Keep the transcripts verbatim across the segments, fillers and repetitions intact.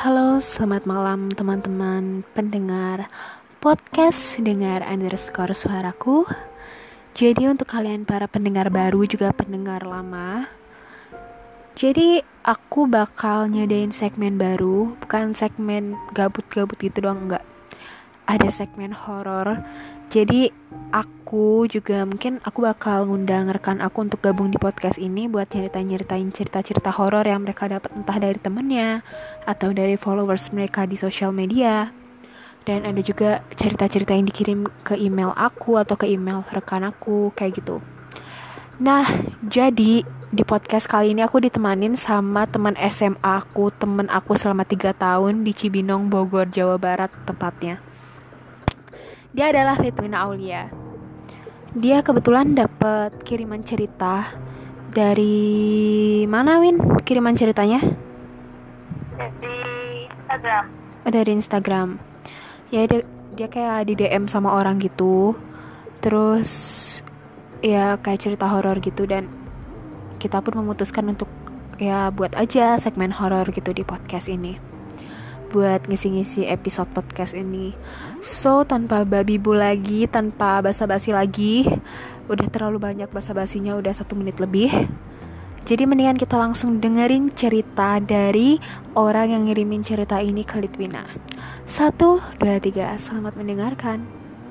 Halo, selamat malam teman-teman pendengar podcast Dengar underscore suaraku. Jadi untuk kalian para pendengar baru juga pendengar lama, jadi aku bakal nyadain segmen baru. Bukan segmen gabut-gabut gitu doang, enggak. Ada segmen horor. Jadi aku juga mungkin aku bakal ngundang rekan aku untuk gabung di podcast ini buat nyeritain-nyeritain cerita-cerita horor yang mereka dapat entah dari temennya atau dari followers mereka di sosial media. Dan ada juga cerita-cerita yang dikirim ke email aku atau ke email rekan aku kayak gitu. Nah, jadi di podcast kali ini aku ditemanin sama teman S M A aku, temen aku selama tiga tahun di Cibinong, Bogor, Jawa Barat tepatnya. Dia adalah Litwina Aulia. Dia kebetulan dapat kiriman cerita dari mana, Win? Kiriman ceritanya? Dari Instagram. Oh, dari Instagram. Ya dia, dia kayak di D M sama orang gitu. Terus ya kayak cerita horor gitu, dan kita pun memutuskan untuk ya buat aja segmen horor gitu di podcast ini, buat ngisi-ngisi episode podcast ini. So, tanpa babi bu lagi, tanpa basa-basi lagi, udah terlalu banyak basa-basinya, udah satu menit lebih. Jadi mendingan kita langsung dengerin cerita dari orang yang ngirimin cerita ini ke Litwina. Satu, dua, tiga, selamat mendengarkan.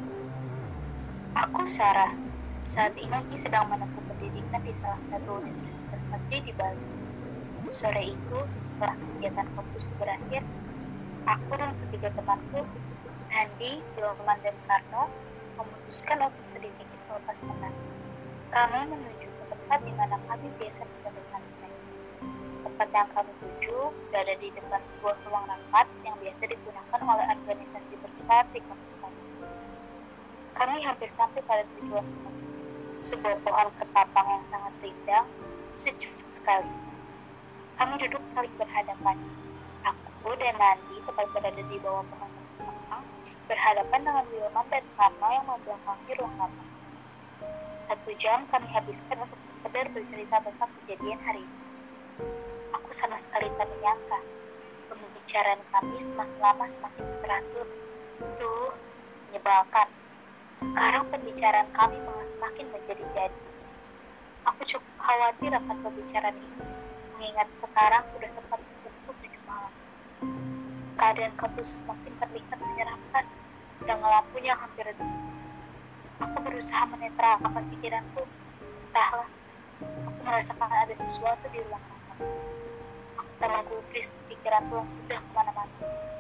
Aku Sarah. Saat ini sedang menempuh pendidikan di salah satu universitas negeri di Bali. Sore itu, setelah kegiatan kampus berakhir, aku dan ketiga temanku, Nandi, Yoman, dan Karno, memutuskan untuk sedikit melepas penat. Kami menuju ke tempat di mana kami biasa bersantai-santai. Tempat yang kami tuju berada di depan sebuah ruang rapat yang biasa digunakan oleh organisasi besar di kampus kami. Kami hampir sampai pada tujuan kami. Sebuah pohon ketapang yang sangat rindang, sejuk sekali. Kami duduk saling berhadapan. Aku dan Nandi tepat berada di bawah pohon ketapang, berhadapan dengan Wilman dan Karno yang membelakangi ruang rapat. Satu jam kami habiskan untuk sekedar bercerita tentang kejadian hari ini. Aku sama sekali tak menyangka pembicaraan kami semakin lama semakin teratur. Duh, menyebalkan. Sekarang pembicaraan kami malah semakin menjadi-jadi. Aku cukup khawatir akan pembicaraan ini, mengingat sekarang sudah tepat pukul tujuh malam. Keadaan kampus semakin terlihat menyeramkan, dengan lampunya hampir redup. Aku berusaha menetralkan pikiranku. Entahlah, aku merasakan ada sesuatu di ruang rapat. Aku tak menggubris pikiranku yang sudah kemana-mana.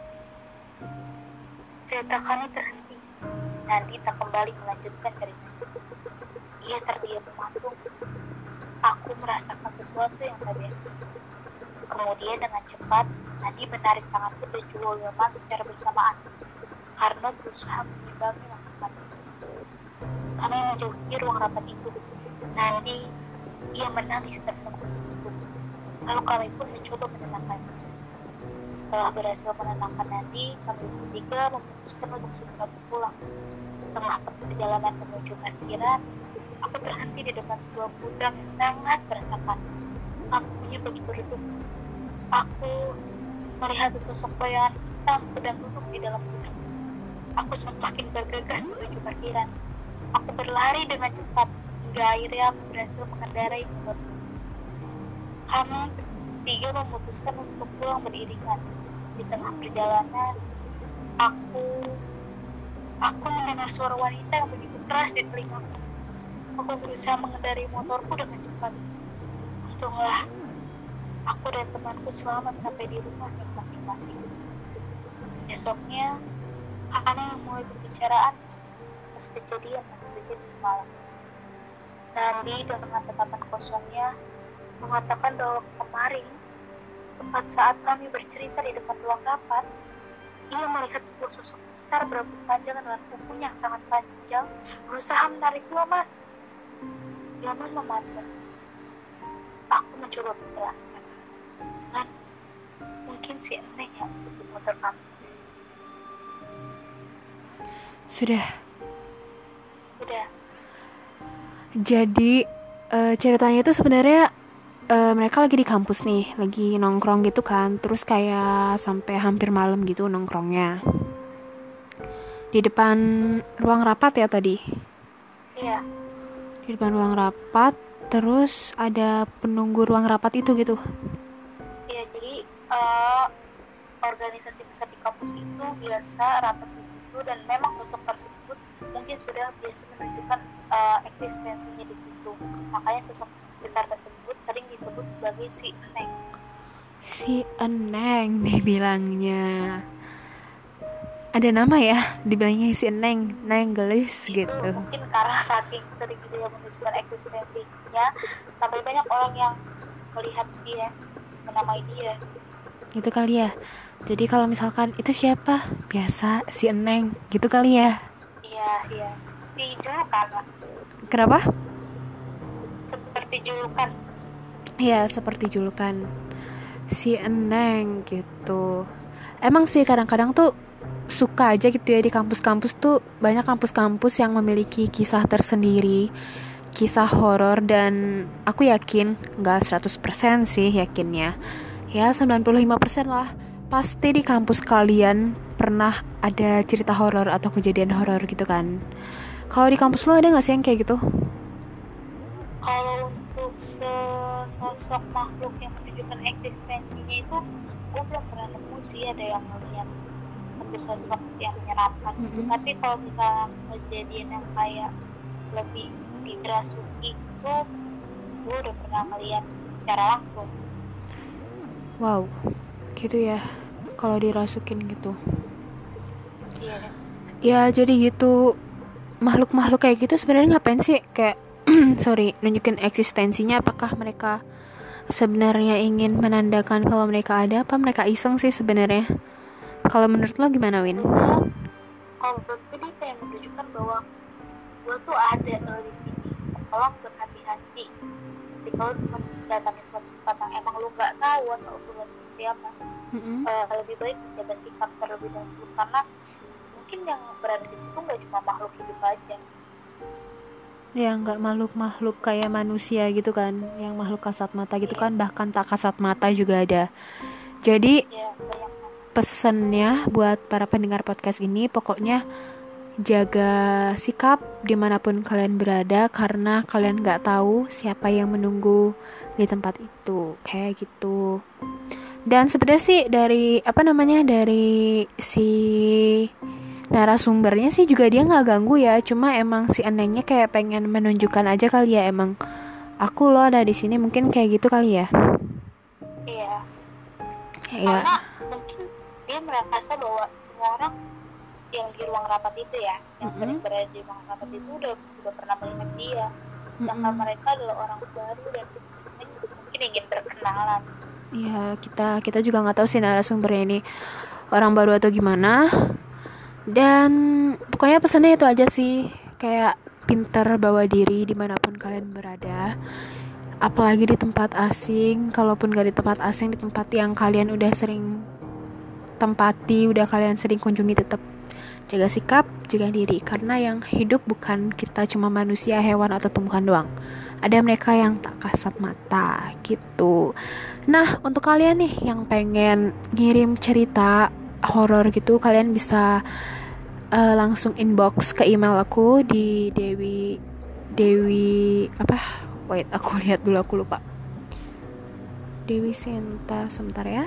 Cerita kami terhenti. Nandi tak kembali melanjutkan cerita. Ia terdiam mematung. Aku merasakan sesuatu yang tak beres. Kemudian dengan cepat, Nandi menarik tanganku dan juga Wilman secara bersamaan, karena berusaha mengimbangi langkah kami. Kami menjauhi ruang rapat itu. Nandi, ia menangis tersungkur-sungkur. Lalu kami pun mencoba menenangkannya. Setelah berhasil menenangkan Nandi, kami bertiga memutuskan untuk segera pulang. Tengah perjalanan menuju parkiran, aku terhenti di depan sebuah gudang yang sangat berantakan. Lampunya begitu redup. Aku melihat sesosok bayangan hitam sedang duduk di dalam gudang. Aku semakin bergegas menuju parkiran. Aku berlari dengan cepat hingga akhirnya aku berhasil mengendarai motor. Kami tiga memutuskan untuk pulang beriringan. Di tengah perjalanan, aku aku mendengar suara wanita yang begitu keras di telingaku. Aku berusaha mengendarai motorku dengan cepat. Untunglah, aku dan temanku selamat sampai di rumah masing-masing. Besoknya, kami memulai pembicaraan atas kejadian yang terjadi semalam. Nandi dengan tatapan kosongnya mengatakan bahwa kemarin, tepat saat kami bercerita di depan ruang rapat, ia melihat sebuah sosok besar berambut panjang dengan kuku yang sangat panjang berusaha menarik Yoman. Yoman memandang. Aku mencoba menjelaskan. Dan mungkin si Eneng yang untuk motor kami. Sudah. Sudah. Jadi uh, ceritanya itu sebenarnya uh, mereka lagi di kampus nih, lagi nongkrong gitu kan, terus kayak sampai hampir malam gitu nongkrongnya di depan ruang rapat ya tadi. Iya. Di depan ruang rapat, terus ada penunggu ruang rapat itu gitu. Iya, jadi uh, organisasi besar di kampus itu biasa rapat di situ, dan memang sosok tersebut mungkin sudah biasa menunjukkan uh, eksistensinya di situ. Makanya sosok besar tersebut sering disebut sebagai si Eneng. Si Eneng dibilangnya. Ada nama ya, dibilangnya si Eneng, Nenggelis gitu. Mungkin karena saking sering dia menunjukkan eksistensinya, sampai banyak orang yang melihat dia, menamai dia. Gitu kali ya. Jadi kalau misalkan itu siapa? Biasa si Eneng, gitu kali ya. Iya, iya. Seperti julukan lah. Kenapa? Seperti julukan. Iya, seperti julukan. Si Eneng gitu. Emang sih kadang-kadang tuh suka aja gitu ya di kampus-kampus tuh, banyak kampus-kampus yang memiliki kisah tersendiri, kisah horor, dan aku yakin gak seratus persen sih yakinnya, ya sembilan puluh lima persen lah, pasti di kampus kalian pernah ada cerita horor atau kejadian horor gitu kan. Kalau di kampus lo ada gak sih yang kayak gitu? Kalau untuk sosok makhluk yang menunjukkan eksistensinya itu gue belum pernah nemu sih ada yang melihat sosok yang menyeramkan. Mm-hmm. Tapi kalau misalnya kejadian yang kayak lebih dirasuki itu gue udah pernah melihat secara langsung. Wow, gitu ya. Kalau dirasukin gitu. Iya. Ya jadi gitu. Makhluk-makhluk kayak gitu sebenarnya ngapain sih? Kayak sorry, nunjukin eksistensinya. Apakah mereka sebenarnya ingin menandakan kalau mereka ada, apa mereka iseng sih sebenarnya? Kalau menurut lo gimana, Win? Kalau menurut gue dia pengen menunjukkan bahwa gue tuh ada lo di sini. Tolong berhati-hati. Jadi kalau mendatangi suatu tempat yang emang lo nggak tahu asal usulnya seperti apa, mm-hmm. uh, lebih baik menjaga sikap terlebih dahulu, karena mungkin yang berada di situ nggak cuma makhluk hidup aja. Ya, nggak makhluk-makhluk kayak manusia gitu kan, yang makhluk kasat mata gitu yeah. kan, bahkan tak kasat mata juga ada. Jadi yeah, pesennya buat para pendengar podcast ini, pokoknya jaga sikap dimanapun kalian berada, karena kalian gak tahu siapa yang menunggu di tempat itu, kayak gitu. Dan sebenarnya sih dari apa namanya dari si narasumbernya sih juga dia gak ganggu ya, cuma emang si Enengnya kayak pengen menunjukkan aja kali ya, emang aku loh ada di sini, mungkin kayak gitu kali ya. Iya. Iya. Karena mungkin dia merasa bahwa semua orang yang di ruang rapat itu ya, yang mm-hmm. sering berada di ruang rapat itu udah udah pernah melihat dia. Sedangkan mm-hmm. mereka adalah orang baru dan mungkin ingin berkenalan. Iya, kita kita juga nggak tahu sih narasumbernya ini orang baru atau gimana. Dan pokoknya pesannya itu aja sih, kayak pintar bawa diri dimanapun kalian berada. Apalagi di tempat asing, kalaupun gak di tempat asing, di tempat yang kalian udah sering tempati, udah kalian sering kunjungi, tetap jaga sikap, jaga diri, karena yang hidup bukan kita cuma manusia, hewan atau tumbuhan doang. Ada mereka yang tak kasat mata gitu. Nah, untuk kalian nih yang pengen ngirim cerita horor gitu, kalian bisa uh, langsung inbox ke email aku di Dewi Dewi apa? Wait, aku lihat dulu, aku lupa. Dewi Sinta, sebentar ya.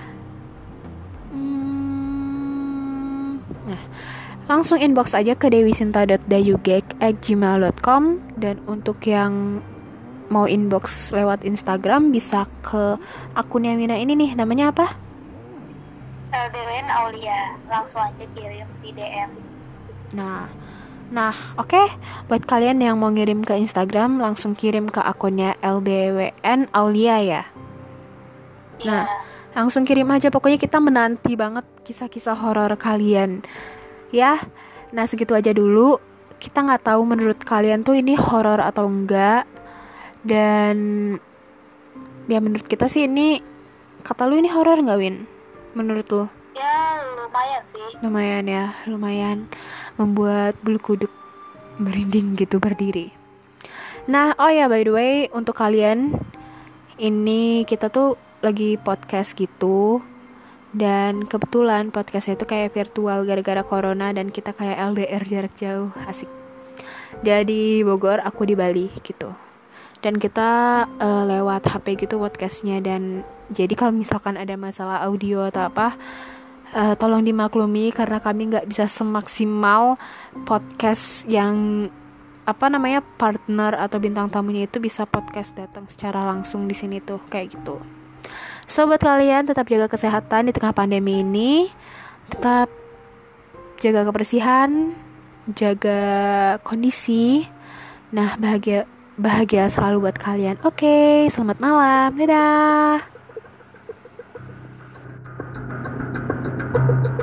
Hmm, nah, langsung inbox aja ke dewisinta dot dayugek at gmail dot com. Dan untuk yang mau inbox lewat Instagram bisa ke akunnya Wina ini nih, namanya apa? L D W N Aulia. Langsung aja kirim di D M. Nah, nah oke okay. Buat kalian yang mau ngirim ke Instagram, langsung kirim ke akunnya L D W N Aulia ya. Nah, yeah. Langsung kirim aja, pokoknya kita menanti banget kisah-kisah horor kalian ya. Nah, segitu aja dulu. Kita nggak tahu menurut kalian tuh ini horor atau enggak, dan ya menurut kita sih ini, kata lu ini horor nggak, Win? Menurut lu? Ya lumayan sih. Lumayan ya, lumayan membuat bulu kuduk merinding gitu berdiri. Nah, oh ya by the way, untuk kalian Ini kita tuh lagi podcast gitu. Dan kebetulan podcastnya itu kayak virtual gara-gara corona. Dan kita kayak L D R jarak jauh. Asik. Dia di Bogor, aku di Bali gitu. Dan kita uh, lewat H P gitu podcastnya. Dan jadi kalau misalkan ada masalah audio atau apa, uh, tolong dimaklumi. Karena kami gak bisa semaksimal podcast yang apa namanya partner atau bintang tamunya itu bisa podcast datang secara langsung di sini tuh kayak gitu. Sobat kalian tetap jaga kesehatan di tengah pandemi ini, tetap jaga kebersihan, jaga kondisi. Nah, bahagia bahagia selalu buat kalian. Oke, selamat malam. Dadah.